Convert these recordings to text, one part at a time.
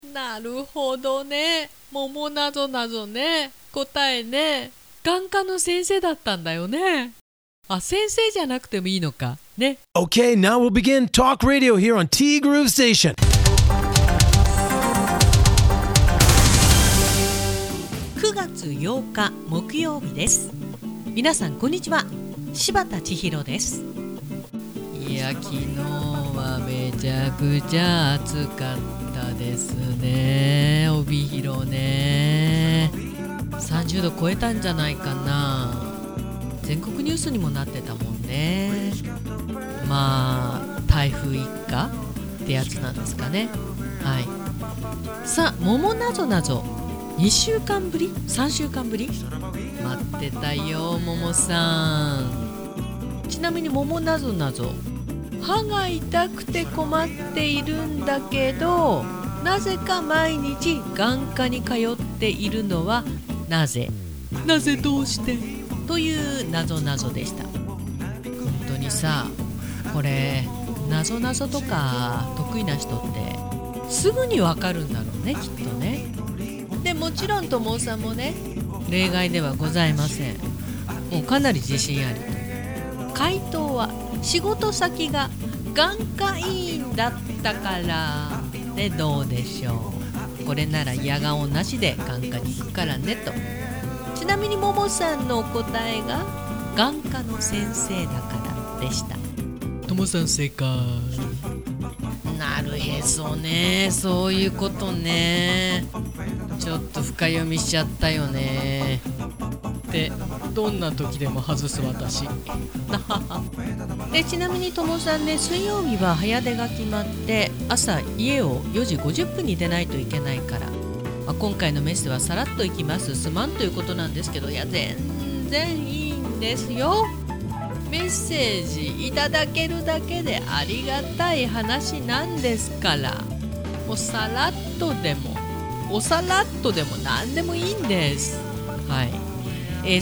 なるほどね。桃なぞなぞね。答えね。眼科の先生だったんだよね。あ、先生じゃなくてもいいのか。ね。 Okay, now we'll begin Talk Radio here on T Groove Station. 9月8日木曜日です。皆さんこんにちは。柴田千尋です。いや、昨日はめちゃくちゃ暑かったですね。帯広ね。30度超えたんじゃないかな。全国ニュースにもなってたもんね。まあ台風一過ってやつなんですかね。はい。さあ、桃なぞなぞ2週間ぶり3週間ぶり待ってたよ、桃さん。ちなみに桃なぞなぞ、歯が痛くて困っているんだけど、なぜか毎日眼科に通っているのはなぜどうしてというなぞなぞでした。本当にさ、これなぞなぞとか得意な人ってすぐにわかるんだろうね、きっとね。でもちろん友さんもね、例外ではございません。もうかなり自信あり。回答は仕事先が眼科医院だったからでどうでしょう。これなら嫌顔なしで眼科に行くからねと。ちなみにももさんのお答えが眼科の先生だからでした。ともさん正解。なるへそね、そういうことね。ちょっと深読みしちゃったよね。で、どんな時でも外す私。で、ちなみにともさんね、水曜日は早出が決まって朝家を4時50分に出ないといけないから、今回のメッセはさらっといきます、すまんということなんですけど、いや全然いいんですよ。メッセージいただけるだけでありがたい話なんですから、もうさらっとでもおさらっとでも何でもいいんです。はい。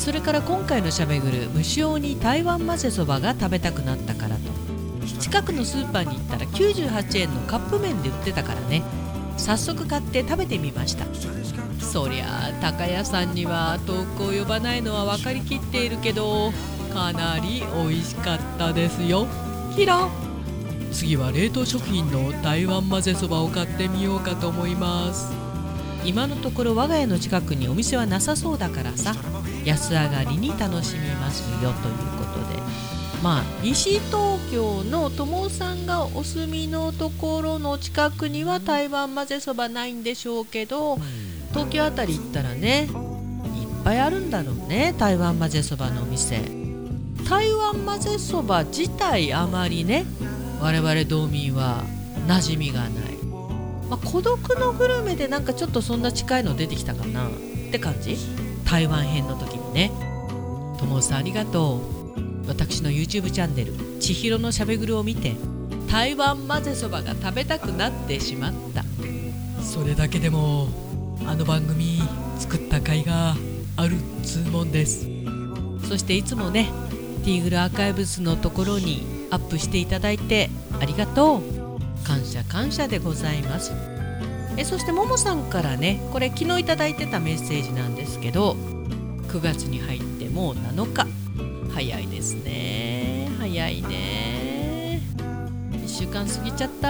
それから今回のしゃべぐる、無性に台湾混ぜそばが食べたくなったからと、近くのスーパーに行ったら98円のカップ麺で売ってたからね、早速買って食べてみました。そりゃあ高屋さんには遠く及ばないのは分かりきっているけど、かなり美味しかったですよ。キラ。次は冷凍食品の台湾混ぜそばを買ってみようかと思います。今のところ我が家の近くにお店はなさそうだからさ、安上がりに楽しみますよということで、まあ西東京の友さんがお住みのところの近くには台湾混ぜそばないんでしょうけど、東京あたり行ったらね、いっぱいあるんだろうね、台湾混ぜそばのお店。台湾混ぜそば自体あまりね、我々道民は馴染みがない。孤独のグルメでなんかちょっとそんな近いの出てきたかなって感じ。台湾編の時にね。ともさんありがとう。私の YouTube チャンネル千尋のしゃべぐるを見て台湾混ぜそばが食べたくなってしまった。それだけでもあの番組作った甲斐があるつうもんです。そしていつもね、ティーグルアーカイブスのところにアップしていただいてありがとう。感謝でございます。そしてももさんからね、これ昨日いただいてたメッセージなんですけど、9月に入ってもう7日、早いですね。早いね。1週間過ぎちゃった。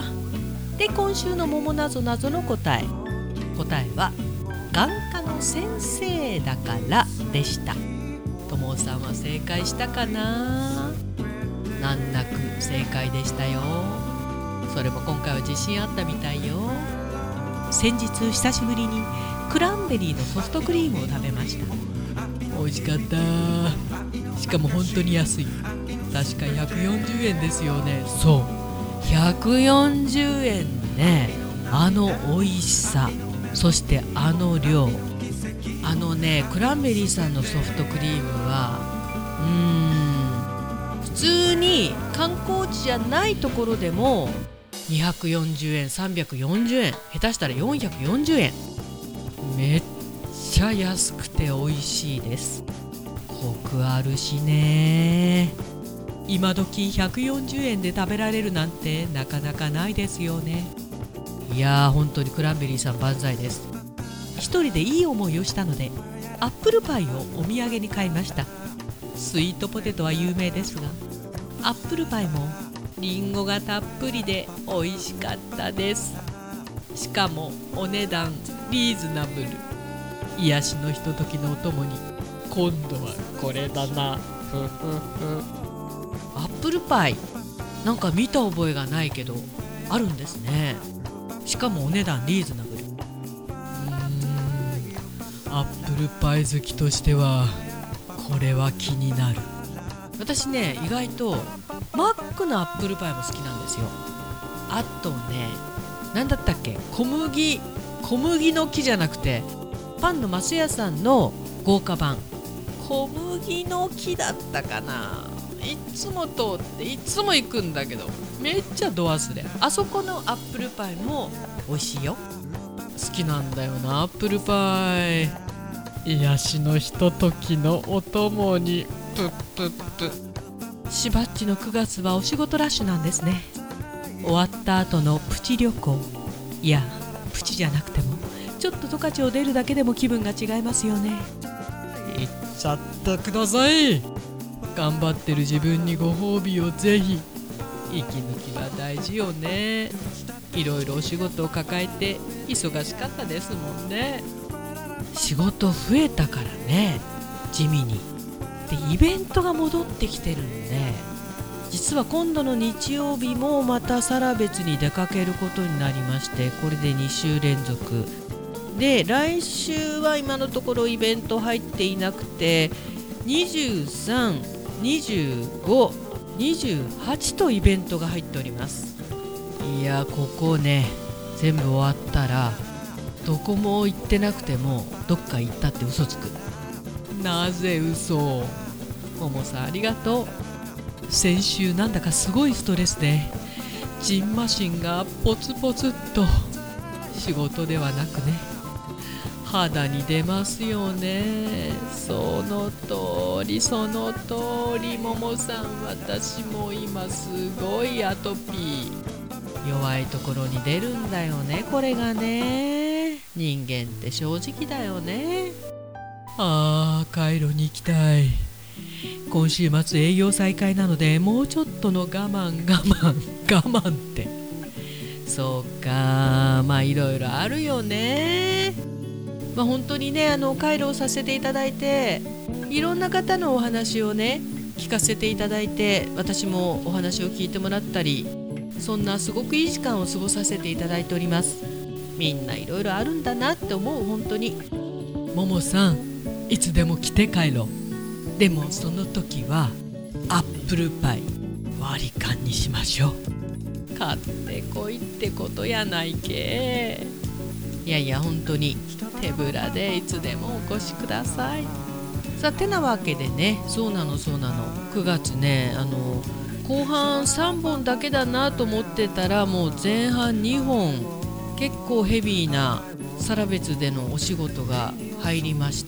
で、今週のももなぞなぞの答えは眼科の先生だからでした。ともさんは正解したかな。難なく正解でしたよ。それも今回は自信あったみたいよ。先日久しぶりにクランベリーのソフトクリームを食べました。美味しかった。しかも本当に安い。確か140円ですよね。そう、140円ね。あの美味しさ、そしてあの量。クランベリーさんのソフトクリームは普通に観光地じゃないところでも240円、340円、下手したら440円。めっちゃ安くて美味しいです。コクあるしね。今時140円で食べられるなんてなかなかないですよね。 いやー本当にクランベリーさん万歳です。一人でいい思いをしたのでアップルパイをお土産に買いました。スイートポテトは有名ですが、アップルパイもリンゴがたっぷりで美味しかったです。しかもお値段リーズナブル。癒しのひとときのお供に今度はこれだな。アップルパイなんか見た覚えがないけどあるんですね。しかもお値段リーズナブル。アップルパイ好きとしてはこれは気になる。私ね意外とマックのアップルパイも好きなんですよ。あとね何だったっけ、小麦の木じゃなくてパンのマスヤさんの豪華版、小麦の木だったかな。いつも通っていつも行くんだけどめっちゃド忘れ。あそこのアップルパイも美味しいよ。好きなんだよなアップルパイ。癒しのひとときのお供にプップップ。しばっちの9月はお仕事ラッシュなんですね。終わった後のプチ旅行、いやプチじゃなくてもちょっと十勝を出るだけでも気分が違いますよね。行っちゃってください。頑張ってる自分にご褒美をぜひ。息抜きは大事よね。いろいろお仕事を抱えて忙しかったですもんね。仕事増えたからね、地味に。でイベントが戻ってきてるんで、実は今度の日曜日もまたサラベツに出かけることになりまして、これで2週連続で、来週は今のところイベント入っていなくて、23、25、28とイベントが入っております。いやここね全部終わったらどこも行ってなくてもどっか行ったって嘘つく。なぜ嘘を。ももさんありがとう。先週なんだかすごいストレスでジンマシンがポツポツっと、仕事ではなくね肌に出ますよね。その通りその通り。ももさん私も今すごいアトピー。弱いところに出るんだよねこれがね。人間って正直だよね。カイロに行きたい。今週末営業再開なのでもうちょっとの我慢って。そうか、まあいろいろあるよね。本当にねカイロをさせていただいて、いろんな方のお話をね聞かせていただいて、私もお話を聞いてもらったり、そんなすごくいい時間を過ごさせていただいております。みんないろいろあるんだなって思う。本当にももさんいつでも来てカイロ。でもその時はアップルパイ割り勘にしましょう。買ってこいってことやないけ。いやいや本当に手ぶらでいつでもお越しください。さあてなわけでね、そうなの9月ね後半3本だけだなと思ってたら、もう前半2本結構ヘビーなサラベツでのお仕事が入りまして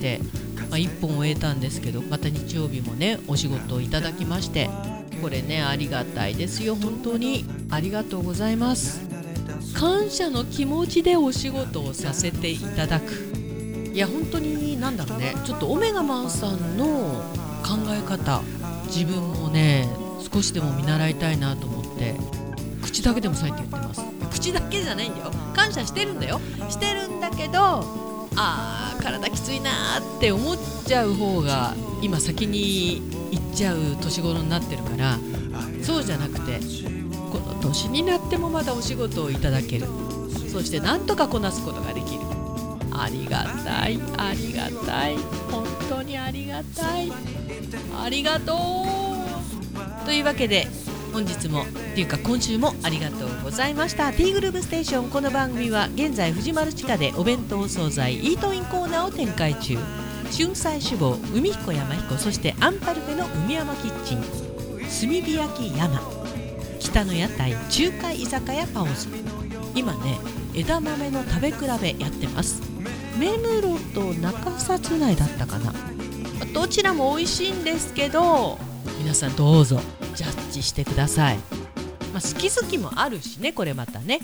、1本終えたんですけど、また日曜日もねお仕事をいただきまして、これねありがたいですよ。本当にありがとうございます。感謝の気持ちでお仕事をさせていただく。いや本当になんだろうね、ちょっとオメガマンさんの考え方、自分もね少しでも見習いたいなと思って、口だけでもそうやって言ってます。口だけじゃないんだよ、感謝してるんだよ、してるんだけど、体きついなって思っちゃう方が今先に行っちゃう年頃になってるから、そうじゃなくてこの年になってもまだお仕事をいただける、そしてなんとかこなすことができる。ありがたいありがたい、本当にありがたい、ありがとう。というわけで本日もっていうか今週もありがとうございました。 T グループステーション。この番組は現在藤丸地下でお弁当お惣菜イートインコーナーを展開中。春菜志望、海彦山彦、そしてアンパルフェの海山キッチン、炭火焼き山、北の屋台、中華居酒屋パオズ。今ね枝豆の食べ比べやってます。目黒と中札内だったかな。どちらも美味しいんですけど、皆さんどうぞジャッジしてください。好き好きもあるしね、これまたね。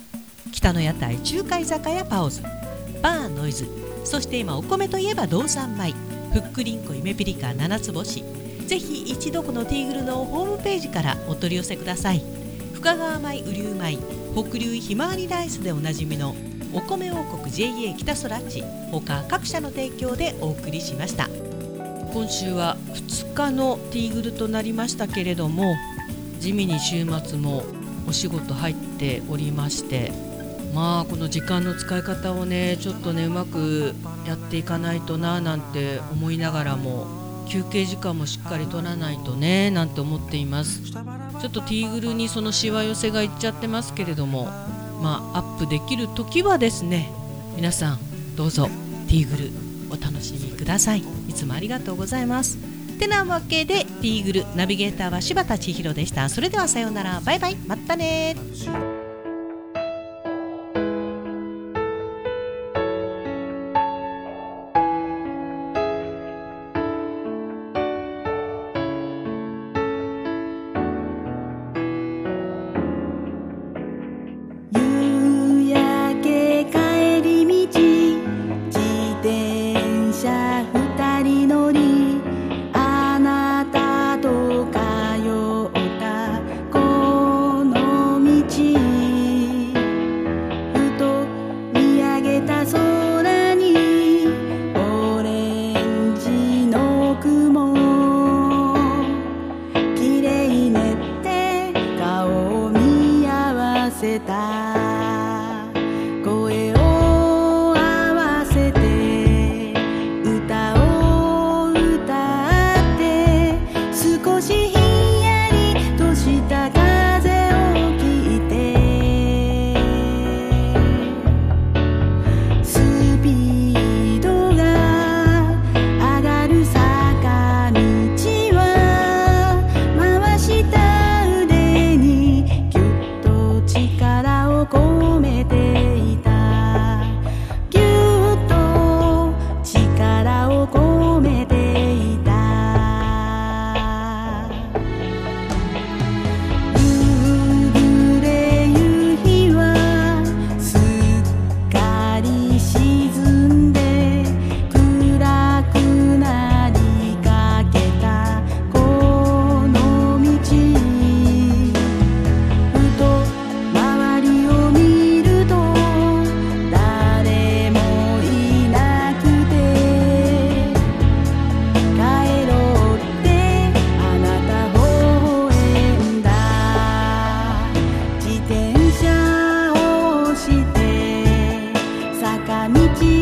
北の屋台中華居酒屋パオズ、バーノイズ、そして今お米といえば道産米、ふっくりんこ夢ピリカ七つ星。ぜひ一度このティーグルのホームページからお取り寄せください。深川米、雨竜米、北流ひまわりライスでおなじみのお米王国 JA 北空地、他各社の提供でお送りしました。今週は2日のティーグルとなりましたけれども、地味に週末もお仕事入っておりまして、この時間の使い方をねちょっとねうまくやっていかないとななんて思いながらも、休憩時間もしっかり取らないとねなんて思っています。ちょっとティーグルにそのしわ寄せがいっちゃってますけれども、アップできる時はですね、皆さんどうぞティーグルお楽しみください。いつもありがとうございます。てなわけでティーグルナビゲーターは柴田千尋でした。それではさようなら、バイバイ、またね。 声を合わせて歌を歌って少しひんやりとした風を聞いてスピードが上がる坂道は回した腕にぎゅっと力を込めていたぎゅっと力を込めていた夕暮れ夕日はすっかり沈んで暗くなりかけたこの道ふと周りを見ると誰もいなくて帰ろうってあなた微笑んだ自転車を押して坂道